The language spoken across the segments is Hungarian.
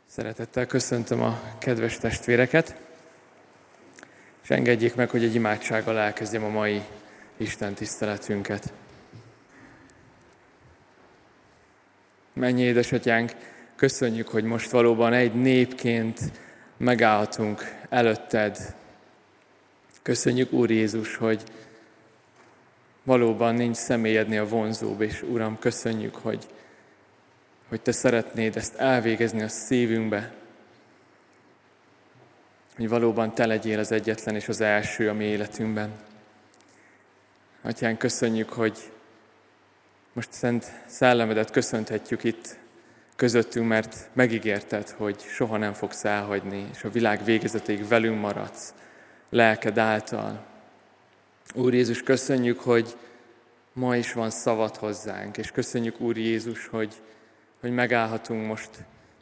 Szeretettel köszöntöm a kedves testvéreket, és engedjék meg, hogy egy imádsággal elkezdjem a mai Isten tiszteletünket. Mennyi édesatyánk, köszönjük, hogy most valóban egy népként megállhatunk előtted. Köszönjük, Úr Jézus, hogy valóban nincs személyednél vonzóbb, és Uram, köszönjük, hogy Te szeretnéd ezt elvégezni a szívünkbe, hogy valóban Te legyél az egyetlen és az első a mi életünkben. Atyánk, köszönjük, hogy most Szent Szellemedet köszönhetjük itt közöttünk, mert megígérted, hogy soha nem fogsz elhagyni, és a világ végezetéig velünk maradsz, lelked által. Úr Jézus, köszönjük, hogy ma is van szavad hozzánk, és köszönjük, Úr Jézus, hogy megállhatunk most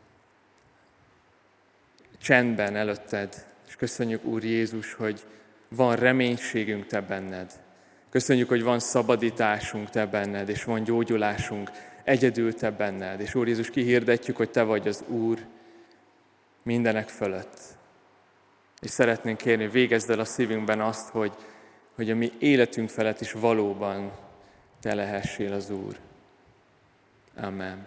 csendben előtted, és köszönjük, Úr Jézus, hogy van reménységünk Te benned. Köszönjük, hogy van szabadításunk Te benned, és van gyógyulásunk egyedül Te benned. És Úr Jézus, kihirdetjük, hogy Te vagy az Úr mindenek fölött. És szeretnénk kérni, hogy végezd el a szívünkben azt, hogy a mi életünk felett is valóban Te lehessél az Úr. Amen.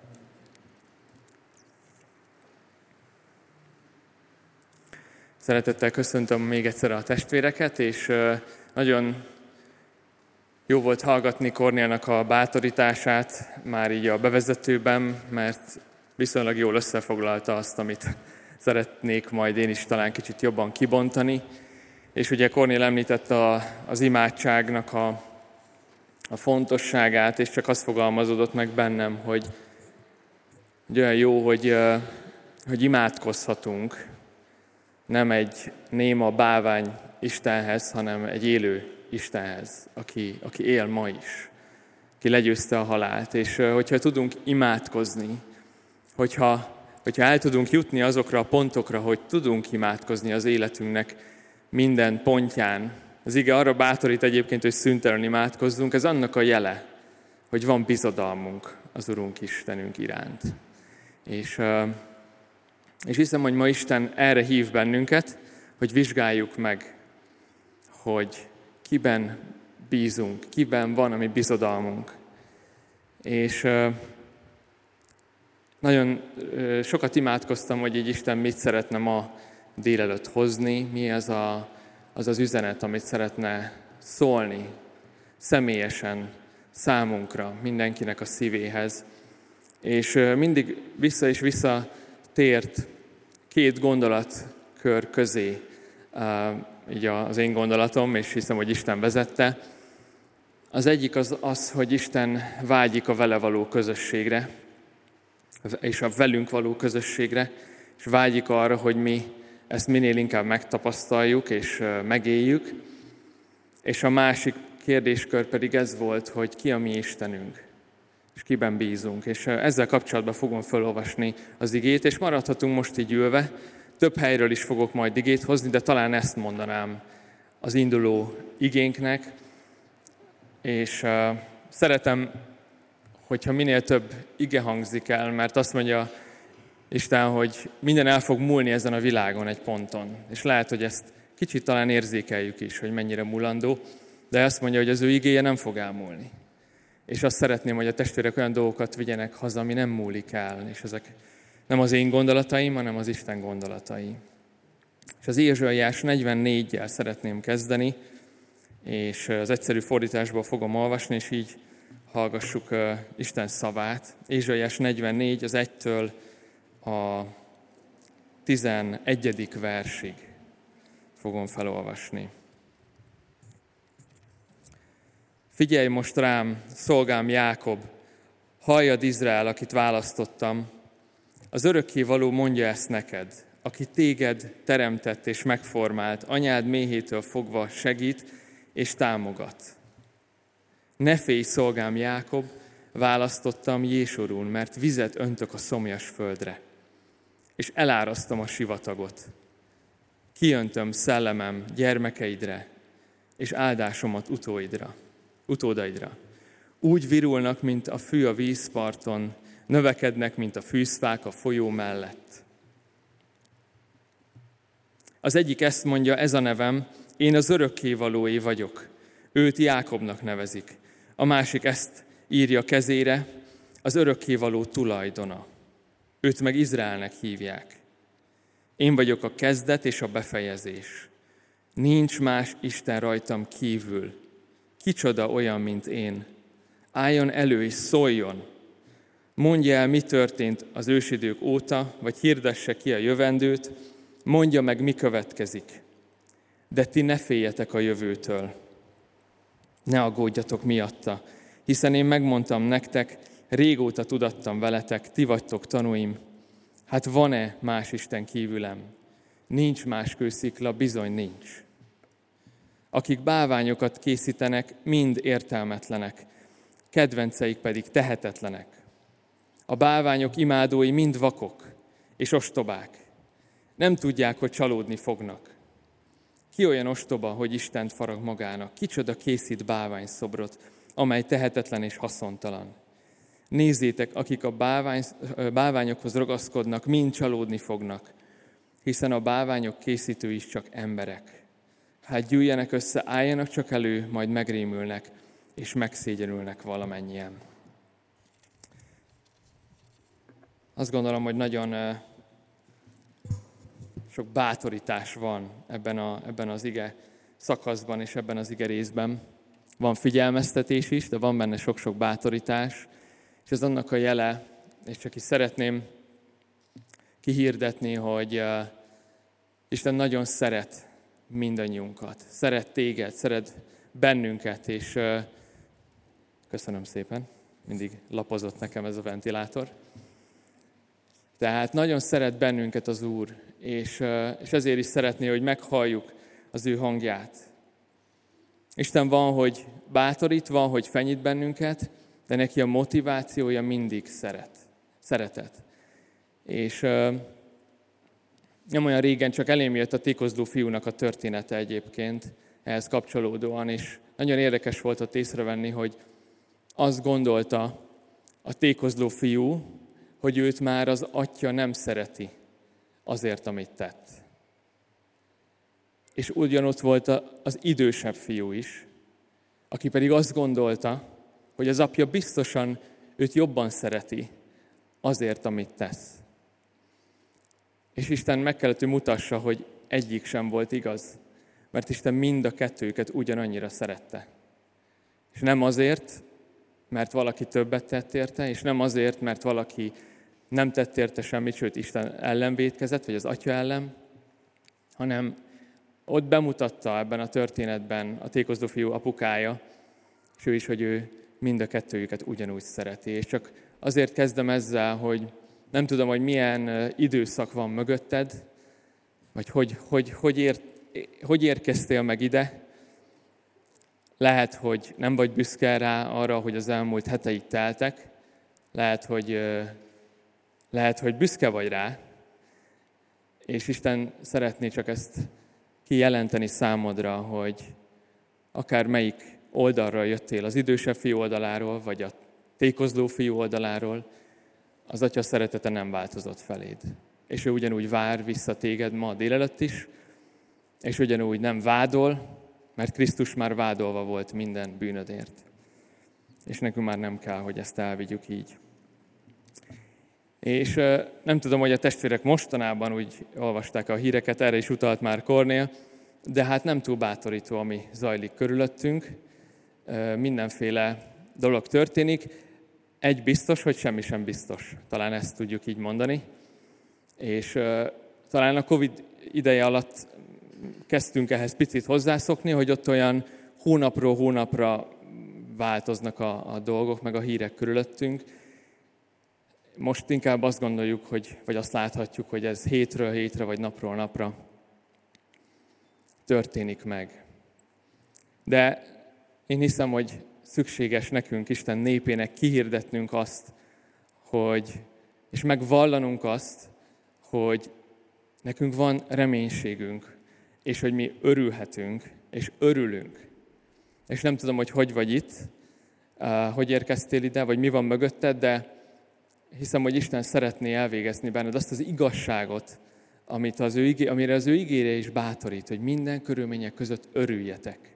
Szeretettel köszöntöm még egyszer a testvéreket, és nagyon jó volt hallgatni Kornélnak a bátorítását már így a bevezetőben, mert viszonylag jól összefoglalta azt, amit szeretnék majd én is talán kicsit jobban kibontani. És ugye Kornél említette az imádságnak a fontosságát, és csak az fogalmazódott meg bennem, hogy olyan jó, hogy imádkozhatunk, nem egy néma bálvány Istenhez, hanem egy élő Istenhez, aki él ma is, aki legyőzte a halált. És hogyha tudunk imádkozni, hogyha el tudunk jutni azokra a pontokra, hogy tudunk imádkozni az életünknek minden pontján, az ige arra bátorít egyébként, hogy szüntelen imádkozzunk, ez annak a jele, hogy van bizodalmunk az Urunk Istenünk iránt. És hiszem, hogy ma Isten erre hív bennünket, hogy vizsgáljuk meg, hogy kiben bízunk, kiben van a mi bizodalmunk. És nagyon sokat imádkoztam, hogy így Isten mit szeretne ma délelőtt hozni, mi az az üzenet, amit szeretne szólni személyesen számunkra, mindenkinek a szívéhez. És mindig vissza és vissza tért két gondolatkör közé, így az én gondolatom, és hiszem, hogy Isten vezette. Az egyik az, hogy Isten vágyik a vele való közösségre, és a velünk való közösségre, és vágyik arra, hogy mi ezt minél inkább megtapasztaljuk, és megéljük. És a másik kérdéskör pedig ez volt, hogy ki a mi Istenünk, és kiben bízunk. És ezzel kapcsolatban fogom felolvasni az igét, és maradhatunk most így ülve. Több helyről is fogok majd igét hozni, de talán ezt mondanám az induló igénknek. És szeretem, hogyha minél több ige hangzik el, mert azt mondja Isten, hogy minden el fog múlni ezen a világon egy ponton. És lehet, hogy ezt kicsit talán érzékeljük is, hogy mennyire mulandó, de azt mondja, hogy az ő igéje nem fog elmúlni. És azt szeretném, hogy a testvérek olyan dolgokat vigyenek haza, ami nem múlik el, és ezek nem az én gondolataim, hanem az Isten gondolatai. És az Ézsaiás 44-jel szeretném kezdeni, és az egyszerű fordításból fogom olvasni, és így hallgassuk Isten szavát. Ézsaiás 44, az 1-től a 11. versig fogom felolvasni. Figyelj most rám, szolgám Jákob, halljad Izrael, akit választottam. Az örökkévaló mondja ezt neked, aki téged teremtett és megformált, anyád méhétől fogva segít és támogat. Ne félj, szolgám Jákob, választottam Jésorún, mert vizet öntök a szomjas földre, és elárasztom a sivatagot. Kiöntöm szellemem gyermekeidre, és áldásomat utódaidra. Úgy virulnak, mint a fű a vízparton, növekednek, mint a fűzfák a folyó mellett. Az egyik ezt mondja, ez a nevem, én az örökkévalóé vagyok. Őt Jákobnak nevezik. A másik ezt írja kezére, az örökkévaló tulajdona. Őt meg Izraelnek hívják. Én vagyok a kezdet és a befejezés. Nincs más Isten rajtam kívül. Kicsoda olyan, mint én. Álljon elő és szóljon. Mondja el, mi történt az ősidők óta, vagy hirdesse ki a jövendőt, mondja meg, mi következik. De ti ne féljetek a jövőtől. Ne aggódjatok miatta, hiszen én megmondtam nektek, régóta tudattam veletek, ti vagytok tanúim. Hát van-e más Isten kívülem? Nincs más kőszikla, bizony nincs. Akik bálványokat készítenek, mind értelmetlenek, kedvenceik pedig tehetetlenek. A bálványok imádói mind vakok és ostobák. Nem tudják, hogy csalódni fognak. Ki olyan ostoba, hogy Istent farag magának? Kicsoda készít bálványszobrot, amely tehetetlen és haszontalan. Nézzétek, akik a bálványokhoz ragaszkodnak, mind csalódni fognak, hiszen a bálványok készítői is csak emberek. Hát gyűjjenek össze, álljanak csak elő, majd megrémülnek, és megszégyenülnek valamennyien. Azt gondolom, hogy nagyon sok bátorítás van ebben az ige szakaszban és ebben az ige részben. Van figyelmeztetés is, de van benne sok-sok bátorítás, és ez annak a jele, és csak is szeretném kihirdetni, hogy Isten nagyon szeret mindannyiunkat. Szeret téged, szeret bennünket, és köszönöm szépen, mindig lapozott nekem ez a ventilátor. Tehát nagyon szeret bennünket az Úr, és ezért is szeretné, hogy meghalljuk az ő hangját. Isten van, hogy bátorít, van, hogy fenyít bennünket, de neki a motivációja mindig szeretet. És nem olyan régen csak elém jött a tékozló fiúnak a története egyébként, ehhez kapcsolódóan, és nagyon érdekes volt ott észrevenni, hogy azt gondolta a tékozló fiú, hogy őt már az atya nem szereti azért, amit tett. És ugyanott volt az idősebb fiú is, aki pedig azt gondolta, hogy az apja biztosan őt jobban szereti azért, amit tesz. És Isten meg kellett, hogy mutassa, hogy egyik sem volt igaz, mert Isten mind a kettőjüket ugyanannyira szerette. És nem azért, mert valaki többet tett érte, és nem azért, mert valaki nem tett érte semmit, sőt Isten ellen vétkezett, vagy az atya ellen, hanem ott bemutatta ebben a történetben a tékozló fiú apukája, és ő is, hogy ő mind a kettőjüket ugyanúgy szereti. És csak azért kezdem ezzel, hogy nem tudom, hogy milyen időszak van mögötted, vagy hogy érkeztél meg ide. Lehet, hogy nem vagy büszke rá arra, hogy az elmúlt heteid teltek. Lehet, hogy büszke vagy rá, és Isten szeretné csak ezt kijelenteni számodra, hogy akár melyik oldalra jöttél, az idősebb fiú oldaláról, vagy a tékozló fiú oldaláról, az atya szeretete nem változott feléd. És ő ugyanúgy vár vissza téged ma délelőtt is, és ugyanúgy nem vádol, mert Krisztus már vádolva volt minden bűnödért. És nekünk már nem kell, hogy ezt elvigyük így. És nem tudom, hogy a testvérek mostanában úgy olvasták a híreket, erre is utalt már Kornél, de hát nem túl bátorító, ami zajlik körülöttünk. Mindenféle dolog történik. Egy biztos, hogy semmi sem biztos. Talán ezt tudjuk így mondani. És talán a Covid ideje alatt kezdtünk ehhez picit hozzászokni, hogy ott olyan hónapról hónapra változnak a dolgok, meg a hírek körülöttünk. Most inkább azt gondoljuk, vagy azt láthatjuk, hogy ez hétről hétre, vagy napról napra történik meg. De én hiszem, hogy szükséges nekünk, Isten népének kihirdetnünk azt, és megvallanunk azt, hogy nekünk van reménységünk, és hogy mi örülhetünk, és örülünk. És nem tudom, hogy vagy itt, hogy érkeztél ide, vagy mi van mögötted, de hiszem, hogy Isten szeretné elvégezni benned azt az igazságot, amire az ő igéje is bátorít, hogy minden körülmények között örüljetek.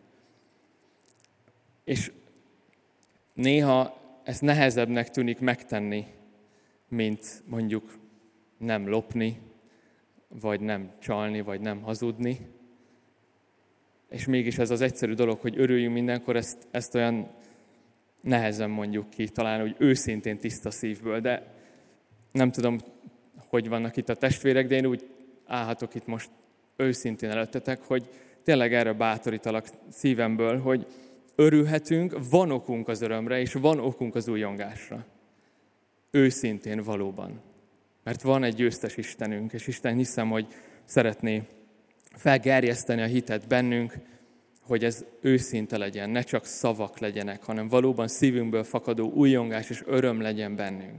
És néha ez nehezebbnek tűnik megtenni, mint mondjuk nem lopni, vagy nem csalni, vagy nem hazudni. És mégis ez az egyszerű dolog, hogy örüljünk mindenkor, ezt olyan nehezen mondjuk ki, talán úgy őszintén tiszta szívből, de nem tudom, hogy vannak itt a testvérek, de én úgy állhatok itt most őszintén előttetek, hogy tényleg erre bátorítalak szívemből, hogy örülhetünk, van okunk az örömre, és van okunk az újongásra. Őszintén valóban. Mert van egy győztes Istenünk, és Isten hiszem, hogy szeretné felgerjeszteni a hitet bennünk, hogy ez őszinte legyen, ne csak szavak legyenek, hanem valóban szívünkből fakadó újongás és öröm legyen bennünk.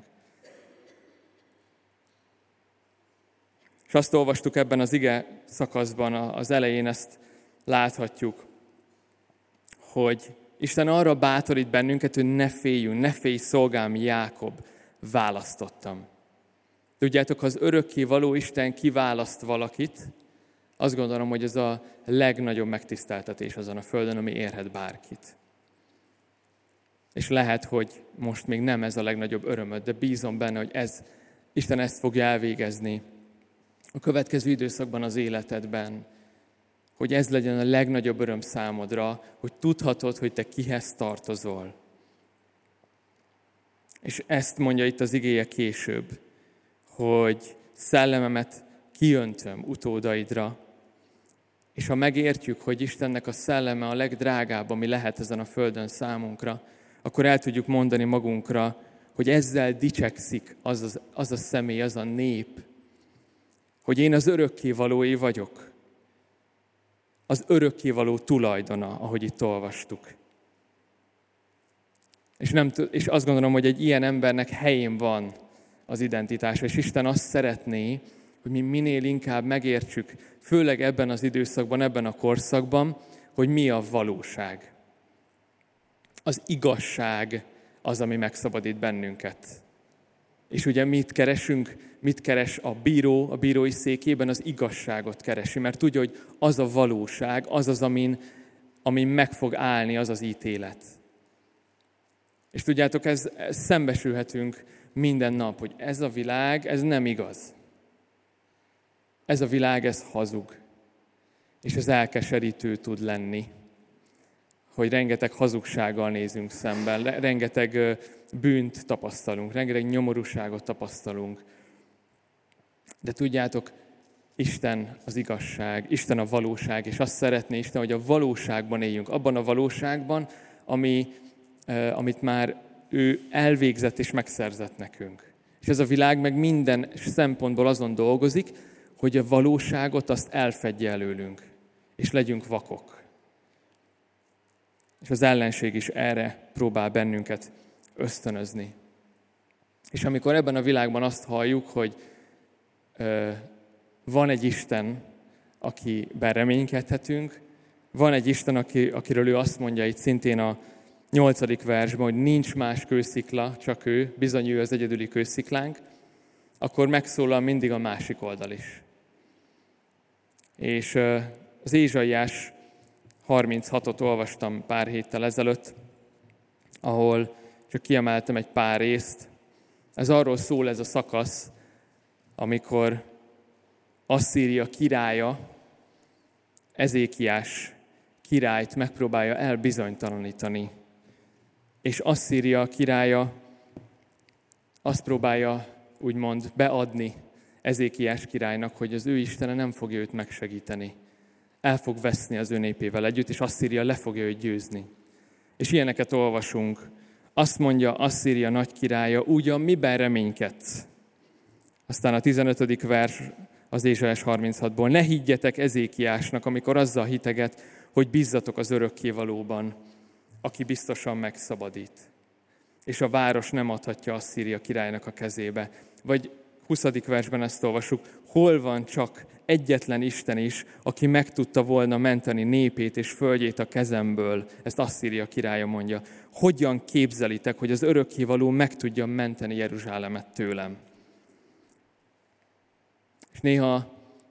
És azt olvastuk ebben az ige szakaszban, az elején ezt láthatjuk, hogy Isten arra bátorít bennünket, hogy ne féljünk, ne félj, szolgám Jákob, választottam. Tudjátok, ha az örökkévaló Isten kiválaszt valakit, azt gondolom, hogy ez a legnagyobb megtiszteltetés azon a földön, ami érhet bárkit. És lehet, hogy most még nem ez a legnagyobb örömöd, de bízom benne, hogy Isten ezt fogja elvégezni a következő időszakban az életedben, hogy ez legyen a legnagyobb öröm számodra, hogy tudhatod, hogy te kihez tartozol. És ezt mondja itt az igéje később, hogy szellememet kiöntöm utódaidra, és ha megértjük, hogy Istennek a szelleme a legdrágább, ami lehet ezen a földön számunkra, akkor el tudjuk mondani magunkra, hogy ezzel dicsekszik az a személy, az a nép, hogy én az örökkévalóé vagyok. Az örökkévaló tulajdona, ahogy itt olvastuk. És azt gondolom, hogy egy ilyen embernek helyén van az identitása, és Isten azt szeretné, hogy mi minél inkább megértsük, főleg ebben az időszakban, ebben a korszakban, hogy mi a valóság. Az igazság az, ami megszabadít bennünket. És ugye mit keresünk? Mit keres a bíró a bírói székében? Az igazságot keresi, mert tudja, hogy az a valóság, az, amin meg fog állni az az ítélet. És tudjátok, ez szembesülhetünk minden nap, hogy ez a világ, ez nem igaz. Ez a világ, ez hazug. És ez elkeserítő tud lenni, hogy rengeteg hazugsággal nézünk szemben, rengeteg bűnt tapasztalunk, rengeteg nyomorúságot tapasztalunk. De tudjátok, Isten az igazság, Isten a valóság, és azt szeretné Isten, hogy a valóságban éljünk, abban a valóságban, amit már ő elvégzett és megszerzett nekünk. És ez a világ meg minden szempontból azon dolgozik, hogy a valóságot azt elfedje előlünk, és legyünk vakok. És az ellenség is erre próbál bennünket ösztönözni. És amikor ebben a világban azt halljuk, hogy van egy Isten, akiben reménykedhetünk, van egy Isten, akiről ő azt mondja itt szintén a 8. versben, hogy nincs más kőszikla, csak ő, bizony ő az egyedüli kősziklánk, akkor megszólal mindig a másik oldal is. És az Ézsaiás 36-ot olvastam pár héttel ezelőtt, ahol csak kiemeltem egy pár részt. Ez arról szól ez a szakasz, amikor Asszíria királya, Ezékiás királyt megpróbálja elbizonytalanítani. És Asszíria királya azt próbálja úgymond beadni Ezékiás királynak, hogy az ő Istene nem fogja őt megsegíteni. El fog veszni az ő népével együtt, és Asszíria le fogja őt győzni. És ilyeneket olvasunk. Azt mondja Asszíria nagy királya, ugyan miben reménykedsz? Aztán a 15. vers az Ézsaiás 36-ból. Ne higgyetek Ezékiásnak, amikor azzal hiteget, hogy bízzatok az örökkévalóban, aki biztosan megszabadít. És a város nem adhatja Asszíria királynak a kezébe. Vagy 20. versben ezt olvasjuk, hol van csak egyetlen Isten is, aki meg tudta volna menteni népét és földjét a kezemből. Ezt Asszíria királya mondja. Hogyan képzelitek, hogy az örökkévaló meg tudja menteni Jeruzsálemet tőlem? És néha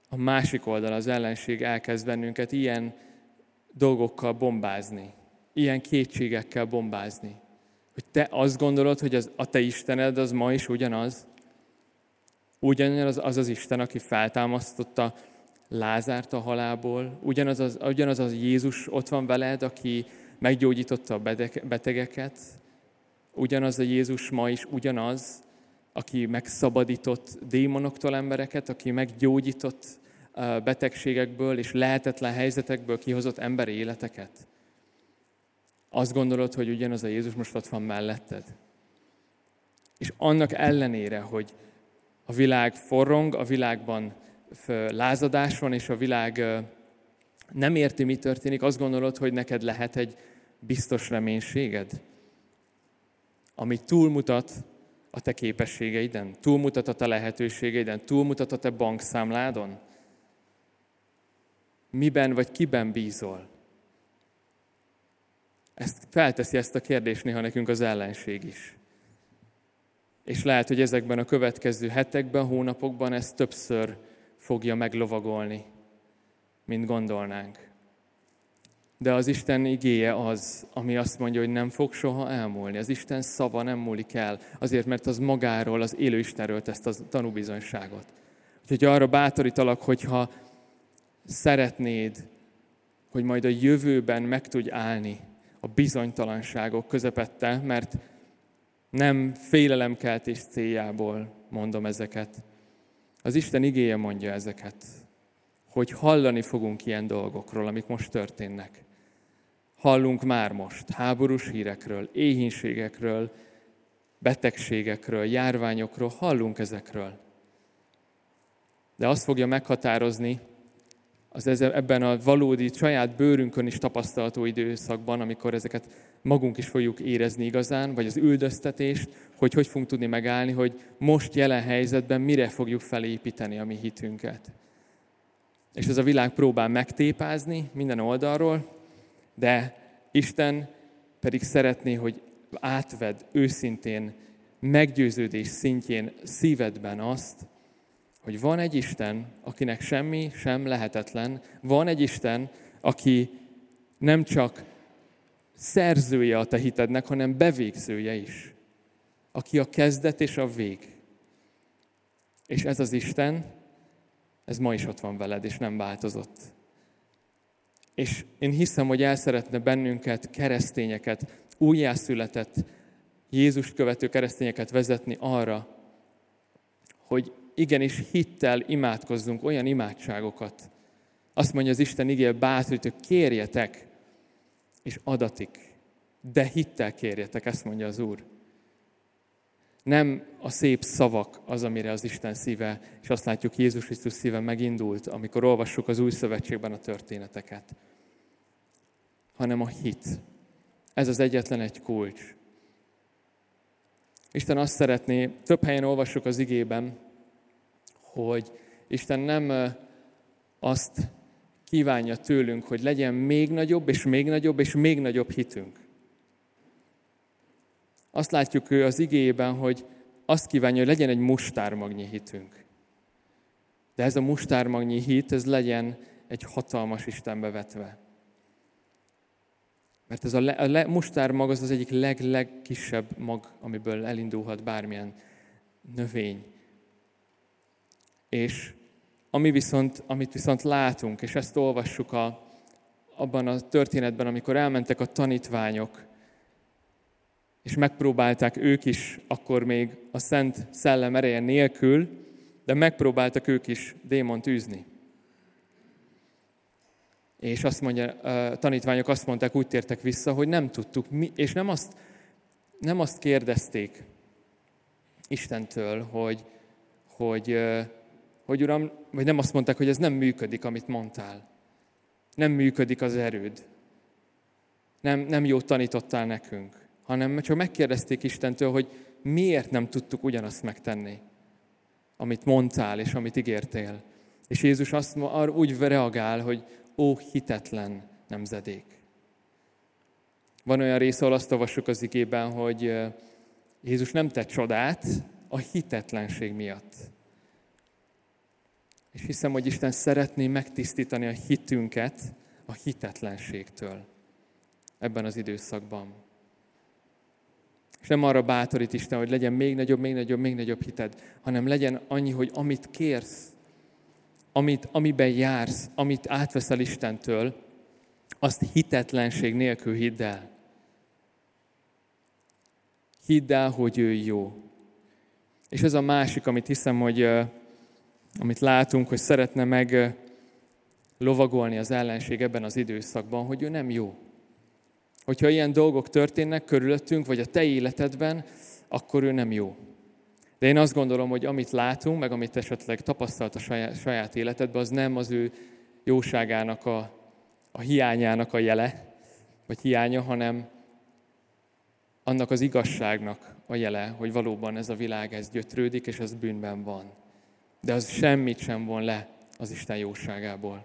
a másik oldal, az ellenség elkezd bennünket ilyen dolgokkal bombázni, ilyen kétségekkel bombázni. Hogy te azt gondolod, hogy a te Istened az ma is ugyanaz? Ugyanaz az Isten, aki feltámasztotta Lázárt a halálból? Ugyanaz az Jézus ott van veled, aki meggyógyította a betegeket? Ugyanaz a Jézus ma is ugyanaz, aki megszabadított démonoktól embereket, aki meggyógyított betegségekből és lehetetlen helyzetekből kihozott emberi életeket? Azt gondolod, hogy ugyanaz a Jézus most ott van melletted? És annak ellenére, hogy a világ forrong, a világban lázadás van, és a világ nem érti, mi történik, azt gondolod, hogy neked lehet egy biztos reménységed, ami túlmutat a te képességeiden, túlmutat a te lehetőségeiden, túlmutat a te bankszámládon? Miben vagy kiben bízol? Felteszi ezt a kérdést néha nekünk az ellenség is. És lehet, hogy ezekben a következő hetekben, hónapokban ez többször fogja meglovagolni, mint gondolnánk. De az Isten igéje az, ami azt mondja, hogy nem fog soha elmúlni. Az Isten szava nem múlik el, azért, mert az magáról, az élő Istenről tesz a tanúbizonyságot. Úgyhogy arra bátorítalak, hogyha szeretnéd, hogy majd a jövőben meg tudj állni a bizonytalanságok közepette, mert nem félelemkeltés céljából mondom ezeket. Az Isten igéje mondja ezeket, hogy hallani fogunk ilyen dolgokról, amik most történnek. Hallunk már most háborús hírekről, éhínségekről, betegségekről, járványokról, hallunk ezekről. De azt fogja meghatározni ebben a valódi saját bőrünkön is tapasztalható időszakban, amikor ezeket magunk is fogjuk érezni igazán, vagy az üldöztetést, hogy fogunk tudni megállni, hogy most jelen helyzetben mire fogjuk felépíteni a mi hitünket. És ez a világ próbál megtépázni minden oldalról, de Isten pedig szeretné, hogy átvedd őszintén, meggyőződés szintjén szívedben azt, hogy van egy Isten, akinek semmi sem lehetetlen, van egy Isten, aki nem csak szerzője a te hitednek, hanem bevégzője is. Aki a kezdet és a vég. És ez az Isten, ez ma is ott van veled, és nem változott. És én hiszem, hogy el szeretne bennünket, keresztényeket, újjászületett, Jézust követő keresztényeket vezetni arra, hogy igenis hittel imádkozzunk olyan imádságokat. Azt mondja az Isten igéje, bátorít, kérjetek, és adatik. De hittel kérjetek, ezt mondja az Úr. Nem a szép szavak az, amire az Isten szíve, és azt látjuk, Jézus Krisztus szíve megindult, amikor olvassuk az Új Szövetségben a történeteket. Hanem a hit. Ez az egyetlen egy kulcs. Isten azt szeretné, több helyen olvassuk az igében, hogy Isten nem azt kívánja tőlünk, hogy legyen még nagyobb, és még nagyobb, és még nagyobb hitünk. Azt látjuk az igéjében, hogy azt kívánja, hogy legyen egy mustármagnyi hitünk. De ez a mustármagnyi hit, ez legyen egy hatalmas Istenbe vetve. Mert ez a mustármag az egyik legkisebb mag, amiből elindulhat bármilyen növény. És amit viszont látunk, és ezt olvassuk abban a történetben, amikor elmentek a tanítványok, és megpróbálták ők is, akkor még a Szent Szellem ereje nélkül, de megpróbáltak ők is démont űzni. És azt mondja, a tanítványok azt mondták, úgy tértek vissza, hogy nem tudtuk, és nem azt kérdezték Istentől, hogy Uram, vagy nem azt mondták, hogy ez nem működik, amit mondtál. Nem működik az erőd. Nem jót tanítottál nekünk. Hanem csak megkérdezték Istentől, hogy miért nem tudtuk ugyanazt megtenni, amit mondtál és amit ígértél. És Jézus arra úgy reagál, hogy ó, hitetlen nemzedék. Van olyan rész, ahol azt olvassuk az igében, hogy Jézus nem tett csodát a hitetlenség miatt. És hiszem, hogy Isten szeretné megtisztítani a hitünket a hitetlenségtől ebben az időszakban. És nem arra bátorít Isten, hogy legyen még nagyobb hited, hanem legyen annyi, hogy amit kérsz, amiben jársz, amit átveszel Istentől, azt hitetlenség nélkül hidd el. Hidd el, hogy ő jó. És ez a másik, amit hiszem, hogy amit látunk, hogy szeretne meg lovagolni az ellenség ebben az időszakban, hogy ő nem jó. Hogyha ilyen dolgok történnek körülöttünk, vagy a te életedben, akkor ő nem jó. De én azt gondolom, hogy amit látunk, meg amit esetleg tapasztalt a saját életedben, az nem az ő jóságának a hiányának a jele, vagy hiánya, hanem annak az igazságnak a jele, hogy valóban ez a világ ez gyötrődik, és ez bűnben van. De az semmit sem von le az Isten jóságából.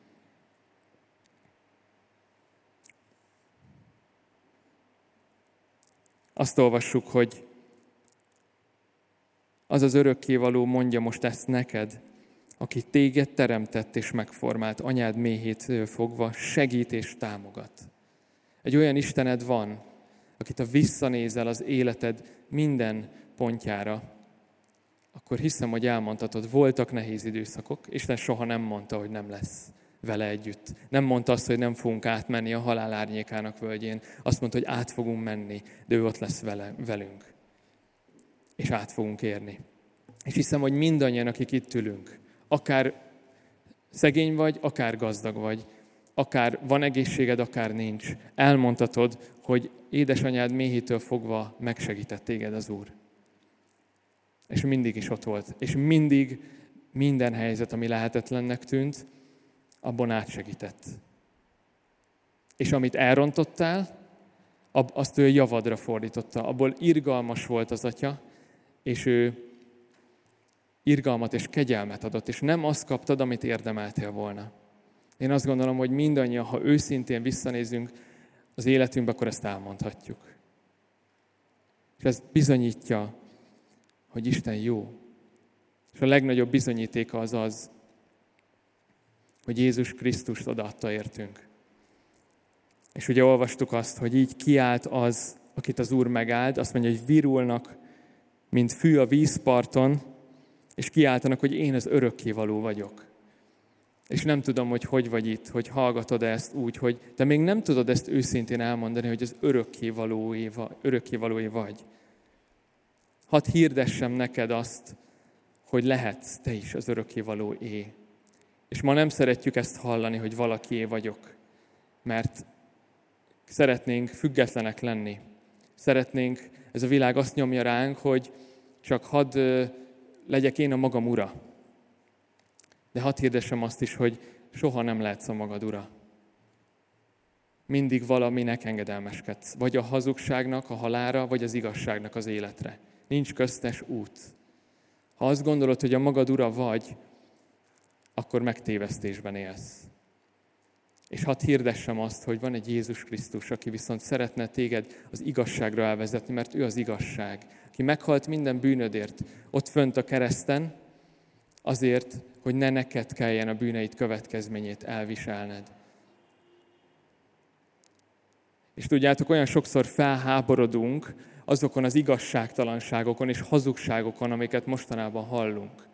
Azt olvassuk, hogy az az örökkévaló mondja most ezt neked, aki téged teremtett és megformált, anyád méhétől fogva, segít és támogat. Egy olyan Istened van, akit ha visszanézel az életed minden pontjára, akkor hiszem, hogy elmondhatod, voltak nehéz időszakok, Isten soha nem mondta, hogy nem lesz vele együtt. Nem mondta azt, hogy nem fogunk átmenni a halál árnyékának völgyén. Azt mondta, hogy át fogunk menni, de ő ott lesz velünk. És át fogunk érni. És hiszem, hogy mindannyian, akik itt ülünk, akár szegény vagy, akár gazdag vagy, akár van egészséged, akár nincs, elmondhatod, hogy édesanyád méhétől fogva megsegített téged az Úr. És mindig is ott volt. És mindig minden helyzet, ami lehetetlennek tűnt, abban átsegített. És amit elrontottál, azt ő javadra fordította. Abból irgalmas volt az Atya, és ő irgalmat és kegyelmet adott, és nem azt kaptad, amit érdemeltél volna. Én azt gondolom, hogy mindannyian, ha őszintén visszanézünk az életünkbe, akkor ezt elmondhatjuk. És ez bizonyítja, hogy Isten jó. És a legnagyobb bizonyítéka az, hogy Jézus Krisztust odaadta értünk. És ugye olvastuk azt, hogy így kiált az, akit az Úr megáld, azt mondja, hogy virulnak, mint fű a vízparton, és kiáltanak, hogy én az örökkévaló vagyok. És nem tudom, hogy vagy itt, hogy hallgatod ezt úgy, hogy te még nem tudod ezt őszintén elmondani, hogy az örökkévalóé vagy. Hadd hirdessem neked azt, hogy lehetsz te is az örökkévalóé. És ma nem szeretjük ezt hallani, hogy valakié vagyok, mert szeretnénk függetlenek lenni. Szeretnénk, ez a világ azt nyomja ránk, hogy csak hadd legyek én a magam ura. De hadd hirdessem azt is, hogy soha nem lehetsz a magad ura. Mindig valaminek engedelmeskedsz. Vagy a hazugságnak, a halálra, vagy az igazságnak az életre. Nincs köztes út. Ha azt gondolod, hogy a magad ura vagy, akkor megtévesztésben élsz. És hadd hirdessem azt, hogy van egy Jézus Krisztus, aki viszont szeretne téged az igazságra elvezetni, mert ő az igazság. Aki meghalt minden bűnödért, ott fönt a kereszten, azért, hogy ne neked kelljen a bűneid következményét elviselned. És tudjátok, olyan sokszor felháborodunk azokon az igazságtalanságokon és hazugságokon, amiket mostanában hallunk.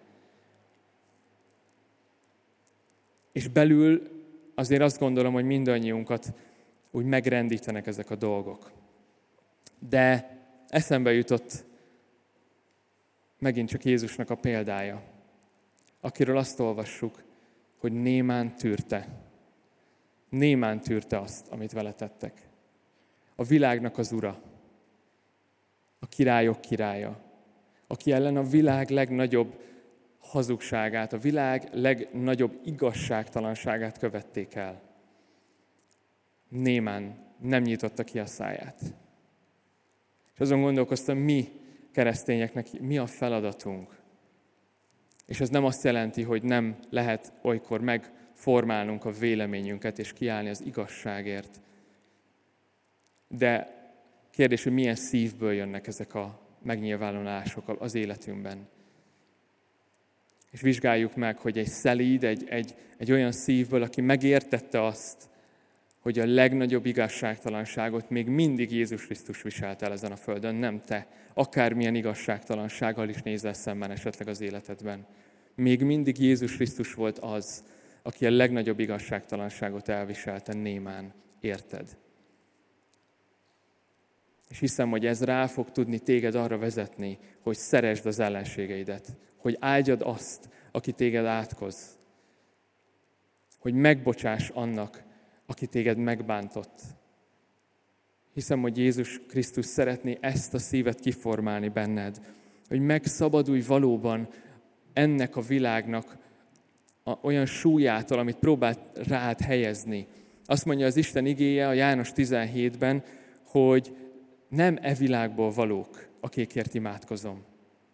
És belül azért azt gondolom, hogy mindannyiunkat úgy megrendítenek ezek a dolgok. De eszembe jutott megint csak Jézusnak a példája, akiről azt olvassuk, hogy némán tűrte. Némán tűrte azt, amit vele tettek. A világnak az ura, a királyok királya, aki ellen a világ legnagyobb hazugságát, a világ legnagyobb igazságtalanságát követték el. Némán nem nyitotta ki a száját. És azon gondolkoztam, mi keresztényeknek mi a feladatunk. És ez nem azt jelenti, hogy nem lehet olykor megformálnunk a véleményünket és kiállni az igazságért. De kérdés, hogy milyen szívből jönnek ezek a megnyilvánulások az életünkben. És vizsgáljuk meg, hogy egy szelíd, egy olyan szívből, aki megértette azt, hogy a legnagyobb igazságtalanságot még mindig Jézus Krisztus viselt el ezen a földön, nem te. Akármilyen igazságtalansággal is nézel szemben esetleg az életedben. Még mindig Jézus Krisztus volt az, aki a legnagyobb igazságtalanságot elviselte némán, érted? És hiszem, hogy ez rá fog tudni téged arra vezetni, hogy szeresd az ellenségeidet, hogy áldjad azt, aki téged átkoz, hogy megbocsáss annak, aki téged megbántott. Hiszem, hogy Jézus Krisztus szeretné ezt a szívet kiformálni benned, hogy megszabadulj valóban ennek a világnak olyan súlyától, amit próbált rád helyezni. Azt mondja az Isten igéje a János 17-ben, hogy nem e világból valók, akikért imádkozom.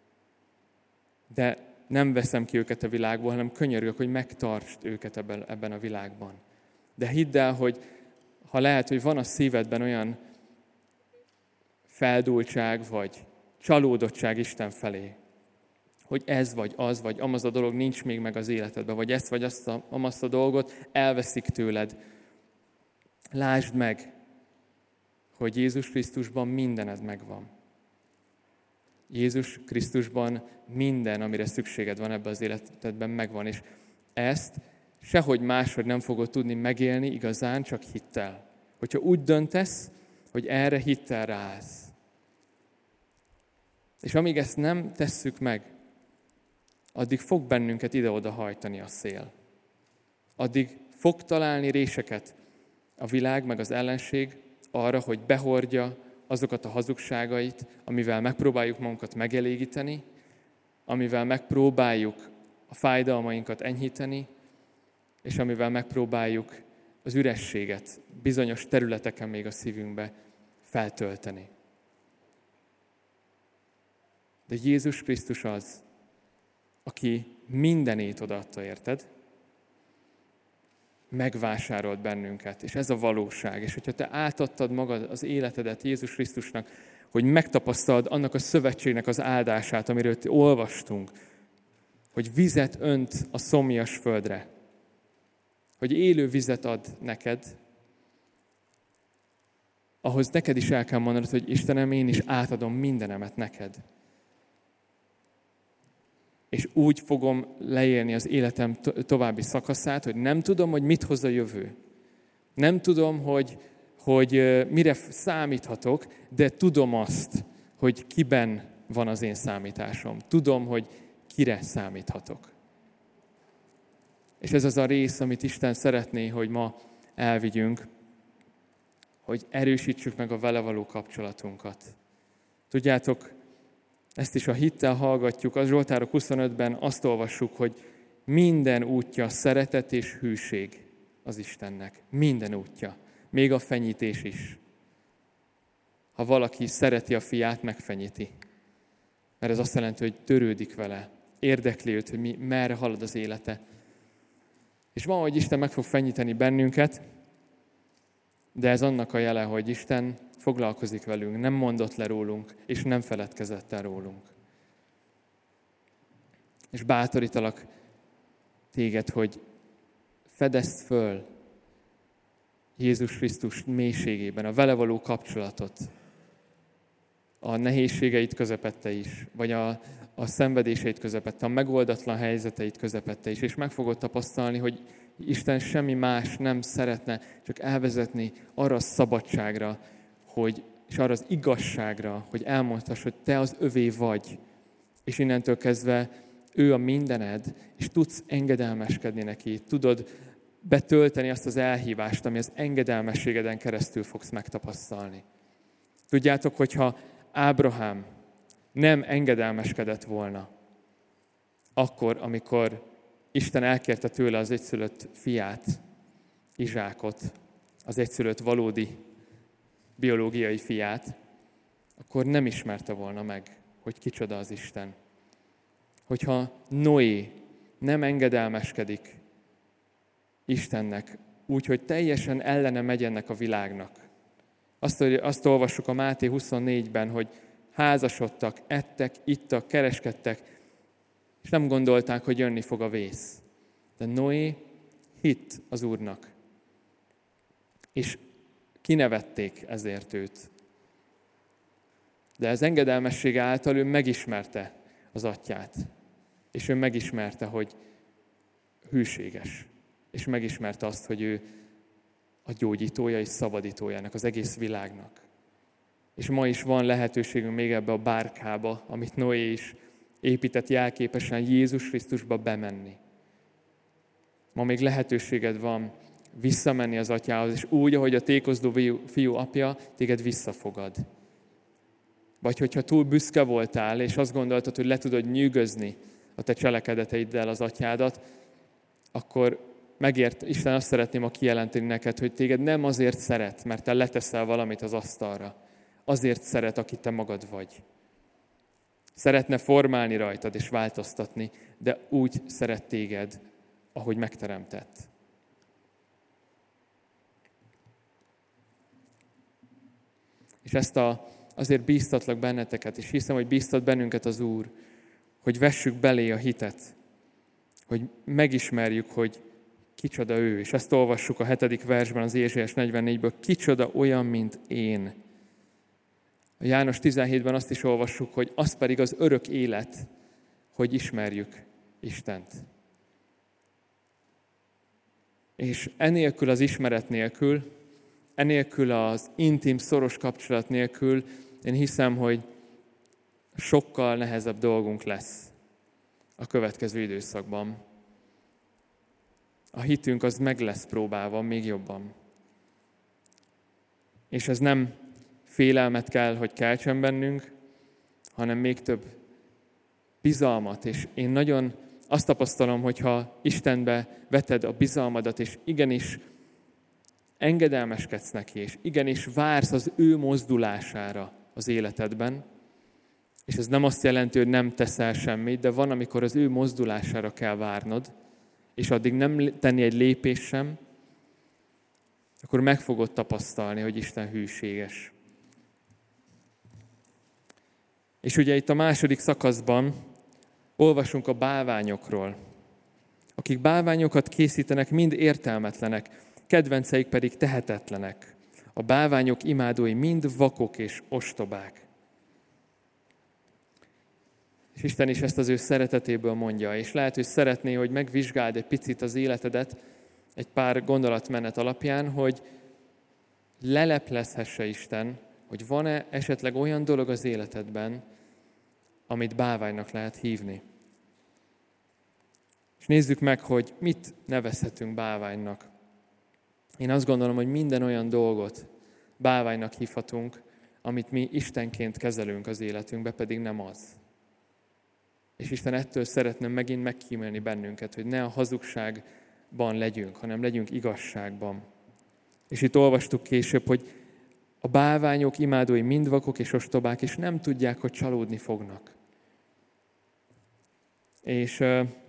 De nem veszem ki őket a világból, hanem könyörgök, hogy megtartsd őket ebben a világban. De hidd el, hogy ha lehet, hogy van a szívedben olyan feldúltság, vagy csalódottság Isten felé, hogy ez vagy amaz a dolog nincs még meg az életedben, vagy ezt vagy azt a dolgot elveszik tőled. Lásd meg, hogy Jézus Krisztusban mindened megvan. Jézus Krisztusban minden, amire szükséged van ebben az életedben megvan, és ezt sehogy máshogy nem fogod tudni megélni igazán, csak hittel. Hogyha úgy döntesz, hogy erre hittel ráállsz. És amíg ezt nem tesszük meg, addig fog bennünket ide-oda hajtani a szél. Addig fog találni réseket a világ meg az ellenség arra, hogy behordja azokat a hazugságait, amivel megpróbáljuk magunkat megelégíteni, amivel megpróbáljuk a fájdalmainkat enyhíteni, és amivel megpróbáljuk az ürességet bizonyos területeken még a szívünkbe feltölteni. De Jézus Krisztus az, aki mindenét odaadta, érted? Megvásárolt bennünket, és ez a valóság. És hogyha te átadtad magad az életedet Jézus Krisztusnak, hogy megtapasztald annak a szövetségnek az áldását, amiről olvastunk, hogy vizet önt a szomjas földre, hogy élő vizet ad neked, ahhoz neked is el kell mondanod, hogy Istenem, én is átadom mindenemet neked. És úgy fogom leélni az életem további szakaszát, hogy nem tudom, hogy mit hoz a jövő. Nem tudom, hogy mire számíthatok, de tudom azt, hogy kiben van az én számításom. Tudom, hogy kire számíthatok. És ez az a rész, amit Isten szeretné, hogy ma elvigyünk, hogy erősítsük meg a vele való kapcsolatunkat. Tudjátok, ezt is a hittel hallgatjuk, a Zsoltárok 25-ben azt olvassuk, hogy minden útja szeretet és hűség az Istennek. Minden útja. Még a fenyítés is. Ha valaki szereti a fiát, megfenyíti. Mert ez azt jelenti, hogy törődik vele. Érdekli őt, hogy merre halad az élete. És van, hogy Isten meg fog fenyíteni bennünket, de ez annak a jele, hogy Isten foglalkozik velünk, nem mondott le rólunk, és nem feledkezett el rólunk. És bátorítalak téged, hogy fedezd föl Jézus Krisztus mélységében, a vele való kapcsolatot, a nehézségeid közepette is, vagy a szenvedéseid közepette, a megoldatlan helyzeteid közepette is, és meg fogod tapasztalni, hogy Isten semmi más nem szeretne, csak elvezetni arra a szabadságra, és arra az igazságra, hogy elmondhass, hogy te az övé vagy, és innentől kezdve ő a mindened, és tudsz engedelmeskedni neki, tudod betölteni azt az elhívást, ami az engedelmességeden keresztül fogsz megtapasztalni. Tudjátok, hogyha Ábrahám nem engedelmeskedett volna, akkor, amikor Isten elkérte tőle az egyszülött fiát, Izsákot, az egyszülött valódi biológiai fiát, akkor nem ismerte volna meg, hogy kicsoda az Isten. Hogyha Noé nem engedelmeskedik Istennek, úgy, hogy teljesen ellene megy ennek a világnak. Azt olvassuk a Máté 24-ben, hogy házasodtak, ettek, ittak, kereskedtek, és nem gondolták, hogy jönni fog a vész. De Noé hitt az Úrnak, és kinevették ezért őt. De az engedelmessége által ő megismerte az atyát, és ő megismerte, hogy hűséges, és megismerte azt, hogy ő a gyógyítója és szabadítójának, az egész világnak. És ma is van lehetőségünk még ebbe a bárkába, amit Noé is épített jelképesen, Jézus Krisztusba bemenni. Ma még lehetőséged van visszamenni az atyához, és úgy, ahogy a tékozló fiú apja, téged visszafogad. Vagy hogyha túl büszke voltál, és azt gondoltad, hogy le tudod nyűgözni a te cselekedeteiddel az atyádat, akkor Isten azt szeretném ma kijelenteni neked, hogy téged nem azért szeret, mert te leteszel valamit az asztalra. Azért szeret, aki te magad vagy. Szeretne formálni rajtad és változtatni, de úgy szeret téged, ahogy megteremtett. És azért bíztatlak benneteket, és hiszem, hogy bíztat bennünket az Úr, hogy vessük belé a hitet, hogy megismerjük, hogy kicsoda ő. És ezt olvassuk a 7. versben, az Ézsaiás 44-ből. Kicsoda olyan, mint én. A János 17-ben azt is olvassuk, hogy az pedig az örök élet, hogy ismerjük Istent. És enélkül az ismeret nélkül, enélkül az intim, szoros kapcsolat nélkül, én hiszem, hogy sokkal nehezebb dolgunk lesz a következő időszakban. A hitünk az meg lesz próbálva még jobban. És ez nem félelmet kell, hogy keltsen bennünk, hanem még több bizalmat. És én nagyon azt tapasztalom, hogyha Istenbe veted a bizalmadat, és igenis engedelmeskedsz neki, és igenis vársz az ő mozdulására az életedben, és ez nem azt jelenti, hogy nem teszel semmit, de van, amikor az ő mozdulására kell várnod, és addig nem tenni egy lépés sem, akkor meg fogod tapasztalni, hogy Isten hűséges. És ugye itt a második szakaszban olvasunk a bálványokról, akik bálványokat készítenek, mind értelmetlenek, kedvenceik pedig tehetetlenek. A bálványok imádói mind vakok és ostobák. És Isten is ezt az ő szeretetéből mondja, és lehet, hogy szeretné, hogy megvizsgáld egy picit az életedet egy pár gondolatmenet alapján, hogy leleplezhesse Isten, hogy van-e esetleg olyan dolog az életedben, amit bálványnak lehet hívni. És nézzük meg, hogy mit nevezhetünk bálványnak. Én azt gondolom, hogy minden olyan dolgot bálványnak hívhatunk, amit mi Istenként kezelünk az életünkbe, pedig nem az. És Isten ettől szeretne megint megkímélni bennünket, hogy ne a hazugságban legyünk, hanem legyünk igazságban. És itt olvastuk később, hogy a bálványok imádói mind vakok és ostobák, és nem tudják, hogy csalódni fognak. És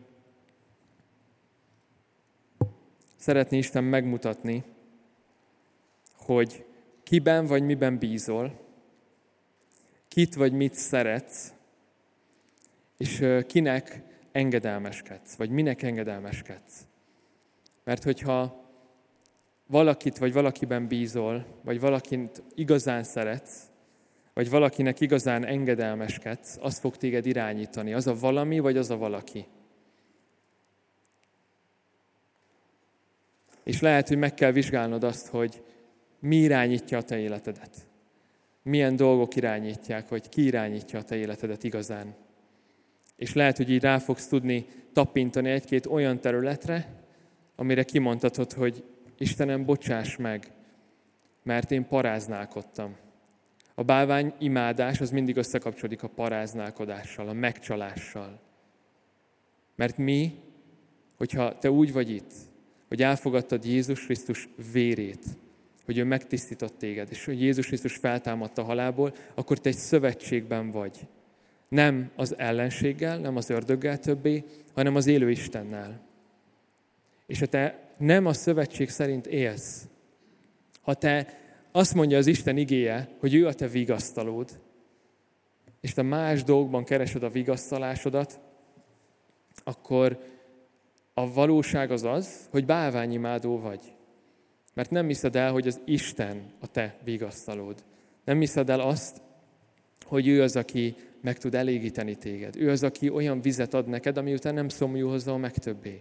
szeretné Isten megmutatni, hogy kiben vagy miben bízol, kit vagy mit szeretsz, és kinek engedelmeskedsz, vagy minek engedelmeskedsz. Mert hogyha valakit vagy valakiben bízol, vagy valakit igazán szeretsz, vagy valakinek igazán engedelmeskedsz, az fog téged irányítani. Az a valami, vagy az a valaki. És lehet, hogy meg kell vizsgálnod azt, hogy mi irányítja a te életedet. Milyen dolgok irányítják, vagy ki irányítja a te életedet igazán. És lehet, hogy így rá fogsz tudni tapintani egy-két olyan területre, amire kimondhatod, hogy Istenem, bocsáss meg, mert én paráználkodtam. A bálvány imádás az mindig összekapcsolódik a paráználkodással, a megcsalással. Mert mi, hogyha te úgy vagy itt, hogy elfogadtad Jézus Krisztus vérét, hogy ő megtisztított téged, és hogy Jézus Krisztus feltámadta a halálból, akkor te egy szövetségben vagy. Nem az ellenséggel, nem az ördöggel többé, hanem az élő Istennel. És ha te nem a szövetség szerint élsz, ha te azt mondja az Isten igéje, hogy ő a te vigasztalód, és te más dolgokban keresed a vigasztalásodat, akkor a valóság az az, hogy bálványimádó vagy. Mert nem hiszed el, hogy az Isten a te vigasztalód. Nem hiszed el azt, hogy ő az, aki meg tud elégíteni téged. Ő az, aki olyan vizet ad neked, ami után nem szomjú hozzá meg többé.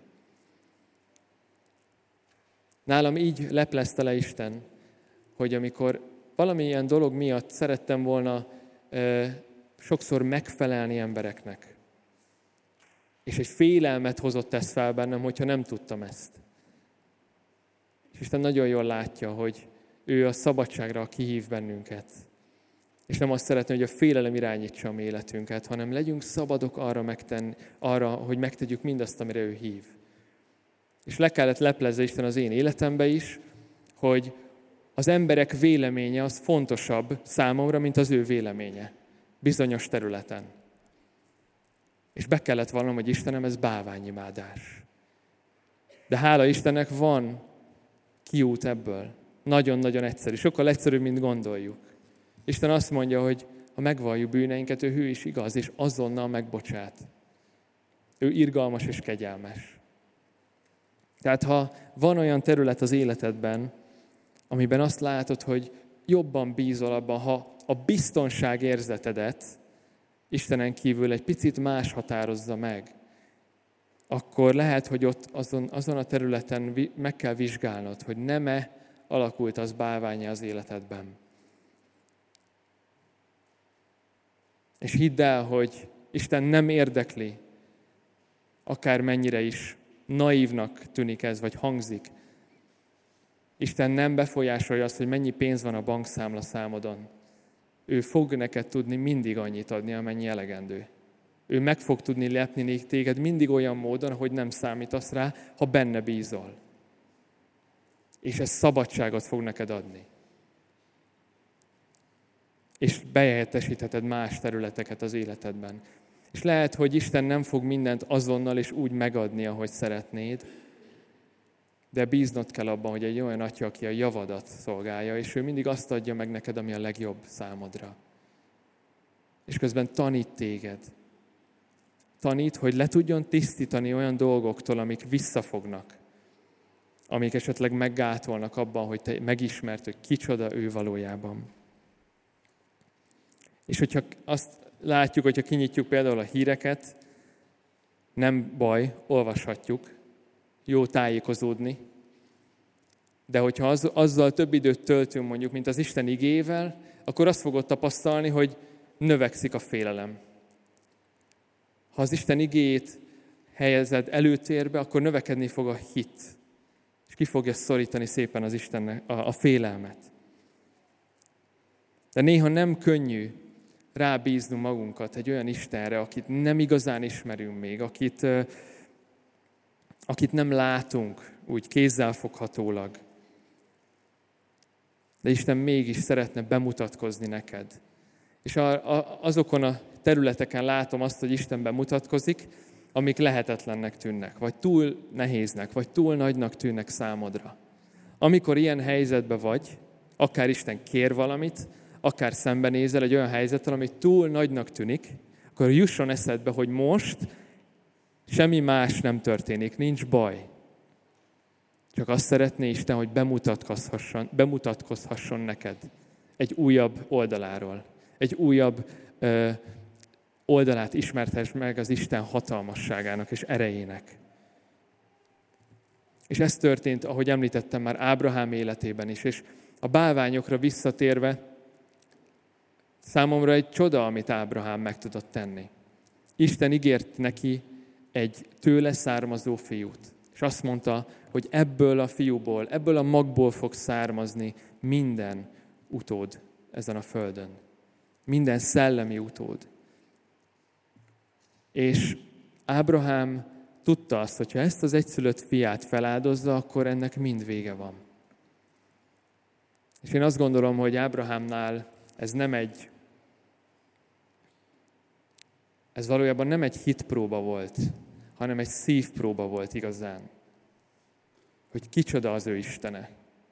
Nálam így leplezte le Isten, hogy amikor valamilyen dolog miatt szerettem volna sokszor megfelelni embereknek, és egy félelmet hozott ez fel bennem, hogyha nem tudtam ezt. És Isten nagyon jól látja, hogy ő a szabadságra kihív bennünket. És nem azt szeretné, hogy a félelem irányítsa a mi életünket, hanem legyünk szabadok arra, hogy megtegyük mindazt, amire ő hív. És le kellett leplezze Isten az én életembe is, hogy az emberek véleménye az fontosabb számomra, mint az ő véleménye. Bizonyos területen. És be kellett vallanom, hogy Istenem, ez bálványimádás. De hála Istennek van kiút ebből. Nagyon-nagyon egyszerű. Sokkal egyszerűbb, mint gondoljuk. Isten azt mondja, hogy ha megvalljuk bűneinket, ő hű és igaz, és azonnal megbocsát. Ő irgalmas és kegyelmes. Tehát ha van olyan terület az életedben, amiben azt látod, hogy jobban bízol abban, ha a biztonságérzetedet Istenen kívül egy picit más határozza meg, akkor lehet, hogy ott azon a területen meg kell vizsgálnod, hogy nem-e alakult az bálvánnyá az életedben. És hidd el, hogy Isten nem érdekli, akár mennyire is naívnak tűnik ez, vagy hangzik. Isten nem befolyásolja azt, hogy mennyi pénz van a bankszámla számodon. Ő fog neked tudni mindig annyit adni, amennyi elegendő. Ő meg fog tudni lepni téged mindig olyan módon, hogy nem számítasz rá, ha benne bízol. És ez szabadságot fog neked adni. És behelyettesítheted más területeket az életedben. És lehet, hogy Isten nem fog mindent azonnal és úgy megadni, ahogy szeretnéd, de bíznod kell abban, hogy egy olyan atya, aki a javadat szolgálja, és ő mindig azt adja meg neked, ami a legjobb számodra. És közben tanít téged. Tanít, hogy le tudjon tisztítani olyan dolgoktól, amik visszafognak, amik esetleg meggátolnak abban, hogy te megismerd, hogy kicsoda ő valójában. És hogyha azt látjuk, hogyha kinyitjuk például a híreket, nem baj, olvashatjuk, jó tájékozódni, de hogyha azzal több időt töltünk mondjuk, mint az Isten igével, akkor azt fogod tapasztalni, hogy növekszik a félelem. Ha az Isten igéjét helyezed előtérbe, akkor növekedni fog a hit, és ki fogja szorítani szépen az Istennek a félelmet. De néha nem könnyű rábíznunk magunkat egy olyan Istenre, akit nem igazán ismerünk még, akit nem látunk úgy kézzelfoghatólag. De Isten mégis szeretne bemutatkozni neked. És azokon a területeken látom azt, hogy Isten bemutatkozik, amik lehetetlennek tűnnek, vagy túl nehéznek, vagy túl nagynak tűnnek számodra. Amikor ilyen helyzetben vagy, akár Isten kér valamit, akár szembenézel egy olyan helyzettel, ami túl nagynak tűnik, akkor jusson eszedbe, hogy most semmi más nem történik, nincs baj. Csak azt szeretné Isten, hogy bemutatkozhasson neked egy újabb oldaláról. Egy újabb oldalát ismertess meg az Isten hatalmasságának és erejének. És ez történt, ahogy említettem már Ábrahám életében is. És a bálványokra visszatérve, számomra egy csoda, amit Ábrahám meg tudott tenni. Isten ígért neki egy tőle származó fiút. És azt mondta, hogy ebből a fiúból, ebből a magból fog származni minden utód ezen a földön. Minden szellemi utód. És Ábrahám tudta azt, hogy ha ezt az egyszülött fiát feláldozza, akkor ennek mind vége van. És én azt gondolom, hogy Ábrahámnál ez valójában nem egy hitpróba volt, hanem egy szívpróba volt igazán. Hogy kicsoda az ő Istene.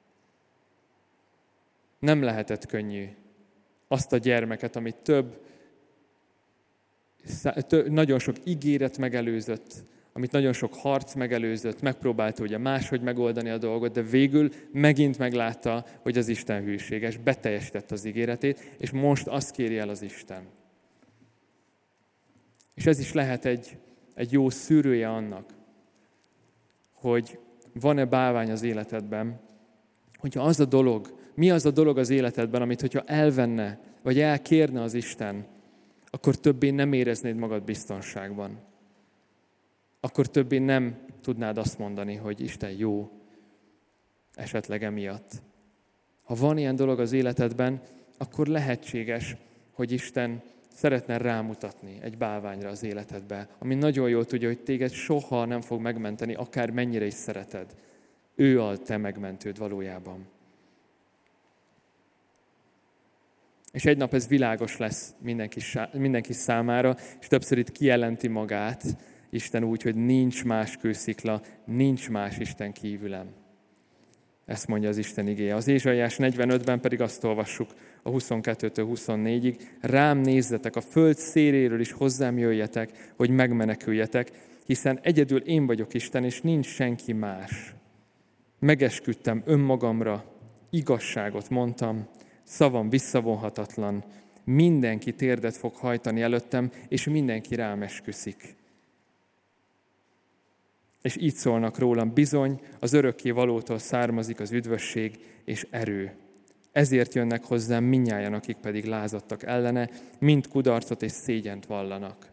Nem lehetett könnyű azt a gyermeket, amit nagyon sok ígéret megelőzött, amit nagyon sok harc megelőzött, megpróbálta ugye máshogy megoldani a dolgot, de végül megint meglátta, hogy az Isten hűséges, beteljesítette az ígéretét, és most azt kéri el az Isten. És ez is lehet egy jó szűrője annak, hogy van-e bálvány az életedben, hogyha az a dolog, mi az a dolog az életedben, amit hogyha elvenne, vagy elkérne az Isten, akkor többé nem éreznéd magad biztonságban. Akkor többé nem tudnád azt mondani, hogy Isten jó, esetleg emiatt. Ha van ilyen dolog az életedben, akkor lehetséges, hogy Isten szeretne rámutatni egy bálványra az életedbe, ami nagyon jól tudja, hogy téged soha nem fog megmenteni, akár mennyire is szereted. Ő a te megmentőd valójában. És egy nap ez világos lesz mindenki számára, és többször itt kijelenti magát Isten úgy, hogy nincs más kőszikla, nincs más Isten kívülem. Ezt mondja az Isten igéje. Az Ézsaiás 45-ben pedig azt olvassuk a 22-től 24-ig. Rám nézzetek, a föld széléről is hozzám jöjjetek, hogy megmeneküljetek, hiszen egyedül én vagyok Isten, és nincs senki más. Megesküdtem önmagamra, igazságot mondtam, szavam visszavonhatatlan, mindenki térdet fog hajtani előttem, és mindenki rám esküszik. És így szólnak rólam, bizony, az örökké valótól származik az üdvösség és erő. Ezért jönnek hozzám mindnyájan, akik pedig lázadtak ellene, mind kudarcot és szégyent vallanak.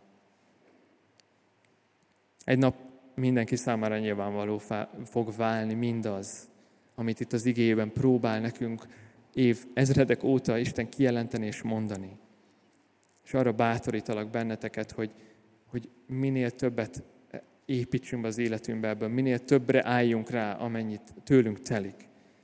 Egy nap mindenki számára nyilvánvaló fog válni mindaz, amit itt az igéjében próbál nekünk ezredek óta Isten kijelenteni és mondani. És arra bátorítalak benneteket, hogy minél többet építsünk be az életünkbe ebből, minél többre álljunk rá, amennyit tőlünk telik.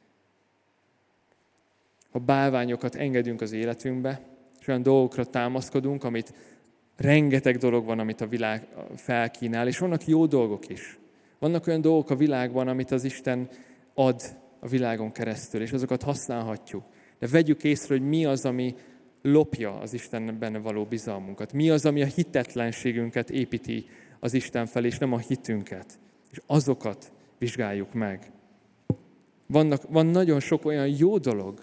Ha bálványokat engedünk az életünkbe, és olyan dolgokra támaszkodunk, amit rengeteg dolog van, amit a világ felkínál, és vannak jó dolgok is. Vannak olyan dolgok a világban, amit az Isten ad a világon keresztül, és azokat használhatjuk. De vegyük észre, hogy mi az, ami lopja az Istenben való bizalmunkat. Mi az, ami a hitetlenségünket építi az Isten felé, és nem a hitünket. És azokat vizsgáljuk meg. Van nagyon sok olyan jó dolog,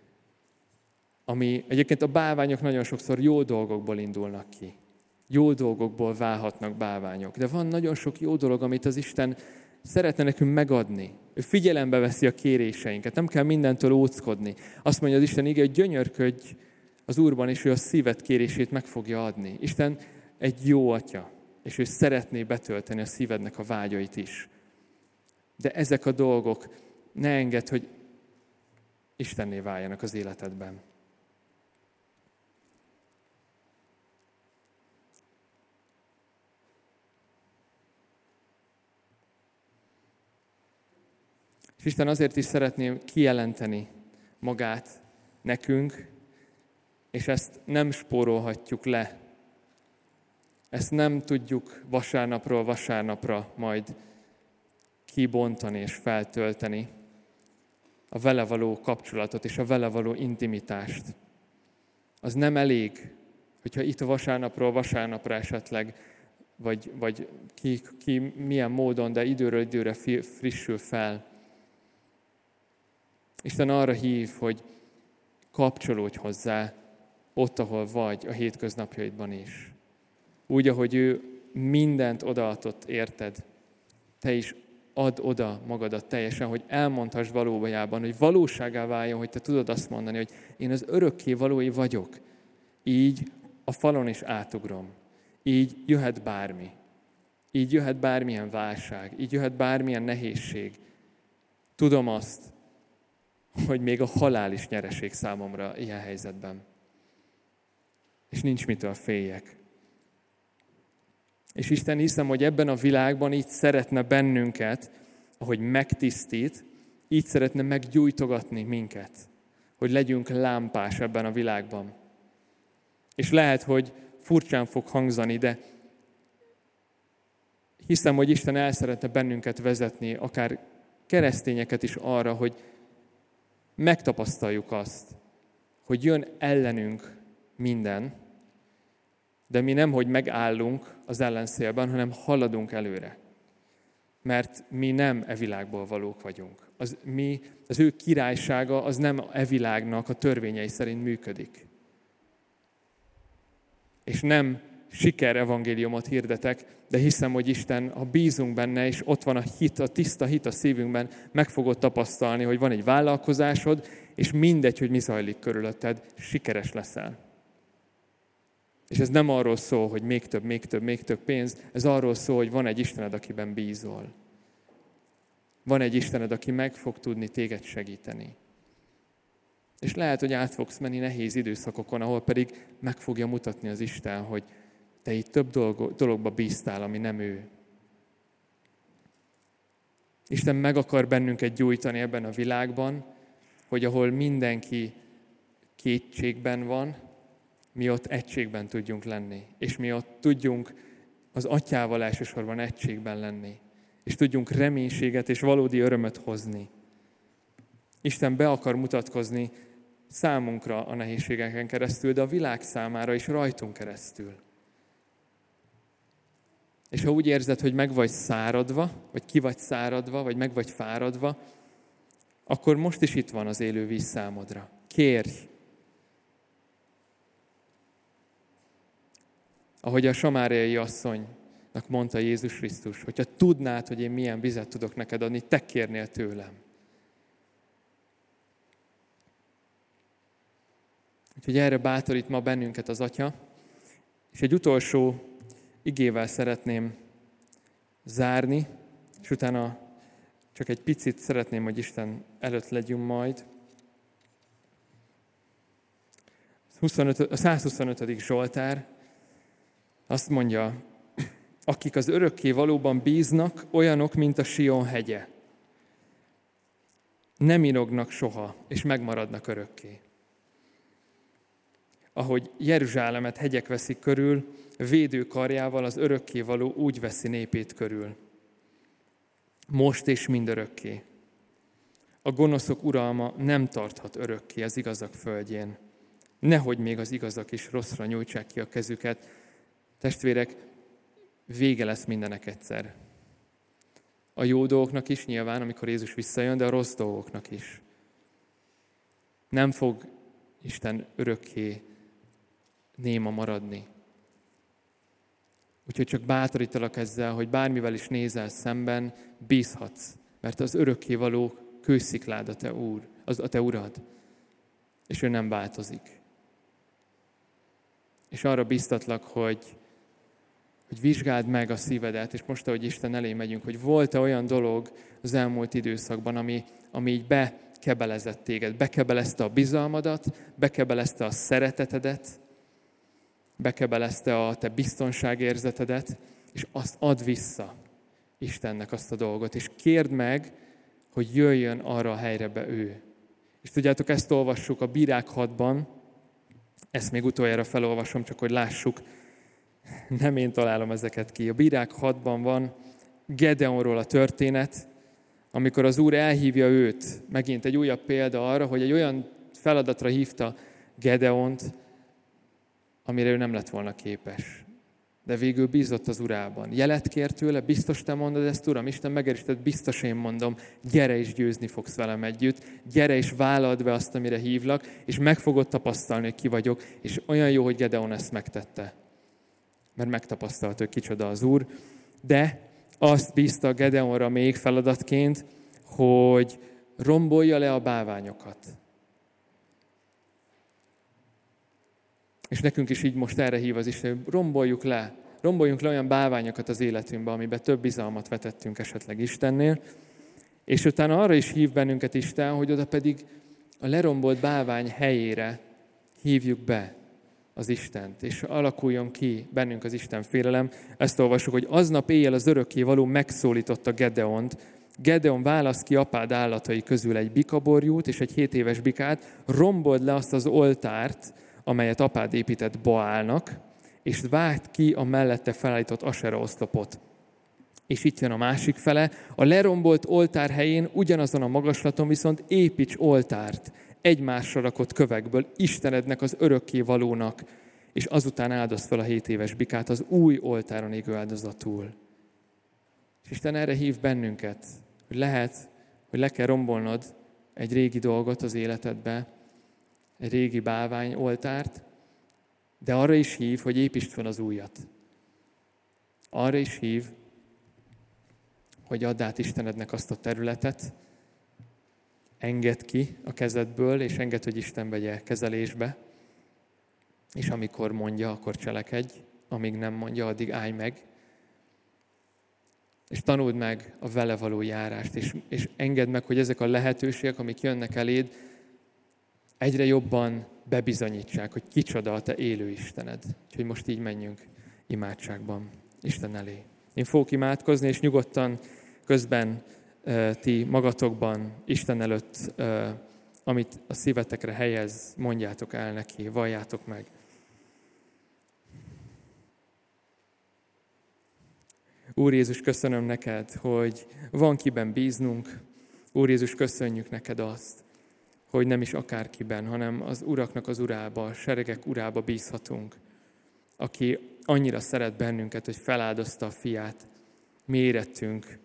ami egyébként a bálványok nagyon sokszor jó dolgokból indulnak ki. Jó dolgokból válhatnak bálványok. De van nagyon sok jó dolog, amit az Isten szeretne nekünk megadni. Ő figyelembe veszi a kéréseinket. Nem kell mindentől óckodni. Azt mondja az Isten igéje, hogy gyönyörködj az Úrban, és ő a szíved kérését meg fogja adni. Isten egy jó atya, és ő szeretné betölteni a szívednek a vágyait is. De ezek a dolgok ne engedd, hogy Istenné váljanak az életedben. És Isten azért is szeretné kijelenteni magát nekünk, és ezt nem spórolhatjuk le. Ezt nem tudjuk vasárnapról vasárnapra majd kibontani és feltölteni. A vele való kapcsolatot és a vele való intimitást. Az nem elég, hogyha itt vasárnapról vasárnapra esetleg, vagy ki milyen módon, de időről időre frissül fel. Isten arra hív, hogy kapcsolódj hozzá ott, ahol vagy, a hétköznapjaidban is. Úgy, ahogy ő mindent odaadott érted, te is add oda magadat teljesen, hogy elmondhass valójában, hogy valóságá váljon, hogy te tudod azt mondani, hogy én az örökké valói vagyok. Így a falon is átugrom. Így jöhet bármi. Így jöhet bármilyen válság. Így jöhet bármilyen nehézség. Tudom azt, hogy még a halál is nyereség számomra ilyen helyzetben. És nincs mitől féljek. És Isten hiszem, hogy ebben a világban így szeretne bennünket, ahogy megtisztít, így szeretne meggyújtogatni minket, hogy legyünk lámpás ebben a világban. És lehet, hogy furcsán fog hangzani, de hiszem, hogy Isten el szeretne bennünket vezetni, akár keresztényeket is arra, hogy megtapasztaljuk azt, hogy jön ellenünk minden, de mi nem, hogy megállunk az ellenszélben, hanem haladunk előre. mert mi nem e világból valók vagyunk. Az ő királysága az nem e világnak a törvényei szerint működik. És nem siker evangéliumot hirdetek, de hiszem, hogy Isten, ha bízunk benne, és ott van a hit, a tiszta hit a szívünkben, meg fogod tapasztalni, hogy van egy vállalkozásod, és mindegy, hogy mi zajlik körülötted, sikeres leszel. És ez nem arról szól, hogy még több pénz, ez arról szól, hogy van egy Istened, akiben bízol. Van egy Istened, aki meg fog tudni téged segíteni. És lehet, hogy át fogsz menni nehéz időszakokon, ahol pedig meg fogja mutatni az Isten, hogy te itt több dologba bíztál, ami nem ő. Isten meg akar bennünket gyújtani ebben a világban, hogy ahol mindenki kétségben van, mi ott egységben tudjunk lenni. És mi ott tudjunk az Atyával elsősorban egységben lenni. És tudjunk reménységet és valódi örömöt hozni. Isten be akar mutatkozni számunkra a nehézségeken keresztül, de a világ számára is rajtunk keresztül. És ha úgy érzed, hogy meg vagy száradva, vagy ki vagy száradva, vagy meg vagy fáradva, akkor most is itt van az élő víz számodra. Kérj! Ahogy a samáriai asszonynak mondta Jézus Krisztus, hogyha tudnád, hogy én milyen vizet tudok neked adni, te kérnél tőlem. Úgyhogy erre bátorít ma bennünket az Atya. És egy utolsó igével szeretném zárni, és utána csak egy picit szeretném, hogy Isten előtt legyünk majd. A 125. Zsoltár azt mondja, akik az örökké valóban bíznak, olyanok, mint a Sion hegye. Nem inognak soha, és megmaradnak örökké. Ahogy Jeruzsálemet hegyek veszik körül, védőkarjával az örökkévaló úgy veszi népét körül. Most és mindörökké. A gonoszok uralma nem tarthat örökké az igazak földjén. Nehogy még az igazak is rosszra nyújtsák ki a kezüket. Testvérek, vége lesz mindenek egyszer. A jó dolgoknak is nyilván, amikor Jézus visszajön, de a rossz dolgoknak is. Nem fog Isten örökké néma maradni. Úgyhogy csak bátorítalak ezzel, hogy bármivel is nézel szemben, bízhatsz, mert az örökkévaló kősziklád a te urad, és ő nem változik. És arra biztatlak, hogy vizsgáld meg a szívedet, és most, ahogy Isten elé megyünk, hogy volt-e olyan dolog az elmúlt időszakban, ami így bekebelezett téged, bekebelezte a bizalmadat, bekebelezte a szeretetedet, bekebelezte a te biztonságérzetedet, és azt add vissza Istennek azt a dolgot, és kérd meg, hogy jöjjön arra a helyre be ő. És tudjátok, ezt olvassuk a Bírák 6-ban, ezt még utoljára felolvasom, csak hogy lássuk, nem én találom ezeket ki. A Bírák 6-ban van Gedeonról a történet, amikor az Úr elhívja őt, megint egy újabb példa arra, hogy egy olyan feladatra hívta Gedeont, amire ő nem lett volna képes. De végül bízott az Urában. Jelet kér tőle, biztos te mondod ezt, Uram, Isten megerősített, biztos én mondom, gyere és győzni fogsz velem együtt, gyere és vállald be azt, amire hívlak, és meg fogod tapasztalni, hogy ki vagyok, és olyan jó, hogy Gedeon ezt megtette. Mert megtapasztalt, hogy kicsoda az Úr, de azt bízta Gedeonra még feladatként, hogy rombolja le a bálványokat. És nekünk is így most erre hív az Isten, hogy romboljunk le olyan bálványokat az életünkbe, amiben több bizalmat vetettünk esetleg Istennél, és utána arra is hív bennünket Isten, hogy oda pedig a lerombolt bálvány helyére hívjuk be az Istent, és alakuljon ki bennünk az Isten félelem. Ezt olvassuk, hogy aznap éjjel az örökkévaló megszólította Gedeont. Gedeon válasz ki apád állatai közül egy bikaborjút és egy 7 éves bikát, rombold le azt az oltárt, amelyet apád épített Baálnak, és vágd ki a mellette felállított Asera oszlopot. És itt jön a másik fele, a lerombolt oltár helyén ugyanazon a magaslaton viszont építs oltárt, egymásra rakott kövekből, Istenednek, az örökkévalónak, és azután áldozd fel a 7 éves bikát az új oltáron égő áldozatul. És Isten erre hív bennünket, hogy lehet, hogy le kell rombolnod egy régi dolgot az életedbe, egy régi bálvány oltárt, de arra is hív, hogy építsd fel az újat. Arra is hív, hogy add át Istenednek azt a területet, engedd ki a kezedből, és engedd, hogy Isten vegye kezelésbe, és amikor mondja, akkor cselekedj, amíg nem mondja, addig állj meg, és tanuld meg a vele való járást, és engedd meg, hogy ezek a lehetőségek, amik jönnek eléd, egyre jobban bebizonyítsák, hogy kicsoda a te élő Istened. Úgyhogy most így menjünk imádságban Isten elé. Én fogok imádkozni, és nyugodtan közben ti magatokban Isten előtt, amit a szívetekre helyez, mondjátok el neki, valljátok meg. Úr Jézus, köszönöm neked, hogy van kiben bíznunk. Úr Jézus, köszönjük neked azt, hogy nem is akárkiben, hanem az uraknak az urába, a seregek urába bízhatunk, aki annyira szeret bennünket, hogy feláldozta a fiát, mi érettünk,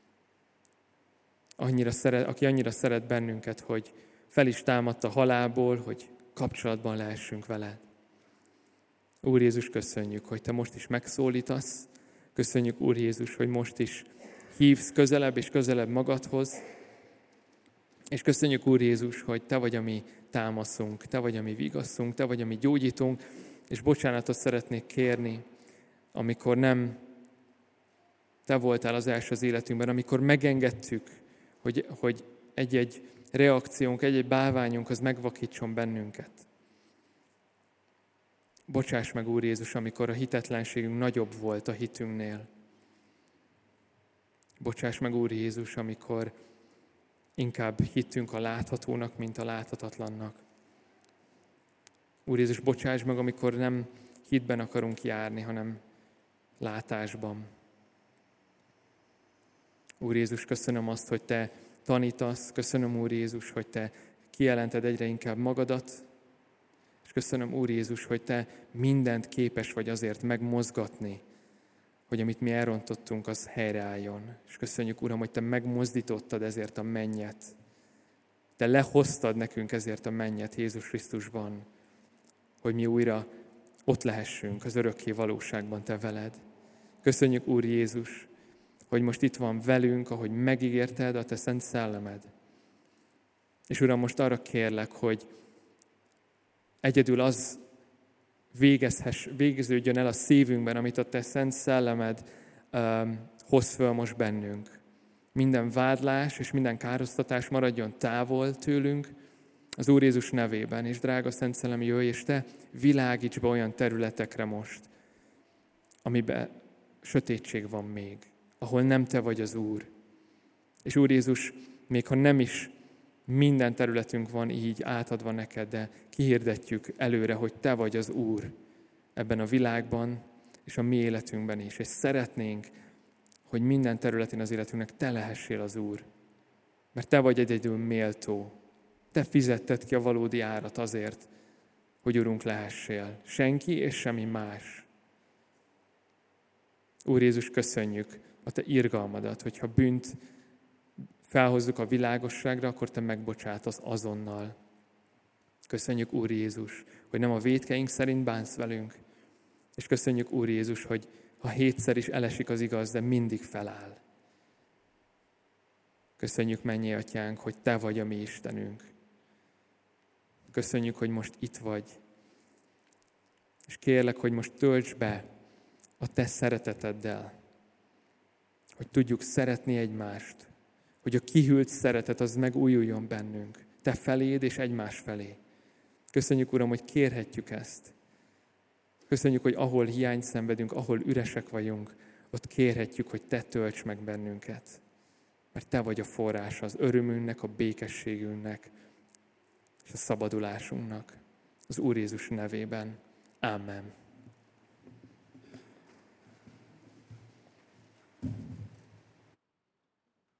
aki annyira szeret bennünket, hogy fel is támadt a halálból, hogy kapcsolatban lehessünk veled. Úr Jézus, köszönjük, hogy te most is megszólítasz. Köszönjük, Úr Jézus, hogy most is hívsz közelebb és közelebb magadhoz. És köszönjük, Úr Jézus, hogy te vagy a mi támaszunk, te vagy a mi vigaszunk, te vagy a mi gyógyítunk, és bocsánatot szeretnék kérni, amikor nem te voltál az első az életünkben, amikor megengedtük, hogy egy-egy reakciónk, egy-egy bálványunk az megvakítson bennünket. Bocsáss meg, Úr Jézus, amikor a hitetlenségünk nagyobb volt a hitünknél. Bocsáss meg, Úr Jézus, amikor inkább hittünk a láthatónak, mint a láthatatlannak. Úr Jézus, bocsáss meg, amikor nem hitben akarunk járni, hanem látásban. Úr Jézus, köszönöm azt, hogy te tanítasz, köszönöm, Úr Jézus, hogy te kijelented egyre inkább magadat, és köszönöm, Úr Jézus, hogy te mindent képes vagy azért megmozgatni, hogy amit mi elrontottunk, az helyreálljon. És köszönjük, Uram, hogy te megmozdítottad ezért a mennyet. Te lehoztad nekünk ezért a mennyet Jézus Krisztusban, hogy mi újra ott lehessünk az örökké valóságban te veled. Köszönjük, Úr Jézus, hogy most itt van velünk, ahogy megígérted a te szent szellemed. És Uram, most arra kérlek, hogy egyedül az végeződjön el a szívünkben, amit a te szent szellemed hoz föl most bennünk. Minden vádlás és minden károsztatás maradjon távol tőlünk az Úr Jézus nevében. És drága Szent Szellem, jöjj, és te világíts be olyan területekre most, amiben sötétség van még, ahol nem te vagy az Úr. És Úr Jézus, még ha nem is minden területünk van így átadva neked, de kihirdetjük előre, hogy te vagy az Úr ebben a világban és a mi életünkben is. És szeretnénk, hogy minden területén az életünknek te lehessél az Úr. Mert te vagy egyedül méltó. Te fizetted ki a valódi árat azért, hogy Urunk lehessél. Senki és semmi más. Úr Jézus, köszönjük a te irgalmadat, hogyha bűnt felhozzuk a világosságra, akkor te megbocsátasz azonnal. Köszönjük, Úr Jézus, hogy nem a vétkeink szerint bánsz velünk, és köszönjük, Úr Jézus, hogy ha 7-szer is elesik az igaz, de mindig feláll. Köszönjük, mennyei Atyánk, hogy te vagy a mi Istenünk. Köszönjük, hogy most itt vagy. És kérlek, hogy most tölts be a te szereteteddel, hogy tudjuk szeretni egymást, hogy a kihűlt szeretet az megújuljon bennünk, te feléd és egymás felé. Köszönjük, Uram, hogy kérhetjük ezt. Köszönjük, hogy ahol hiányt szenvedünk, ahol üresek vagyunk, ott kérhetjük, hogy te tölts meg bennünket. Mert te vagy a forrása az örömünknek, a békességünknek és a szabadulásunknak. Az Úr Jézus nevében. Amen.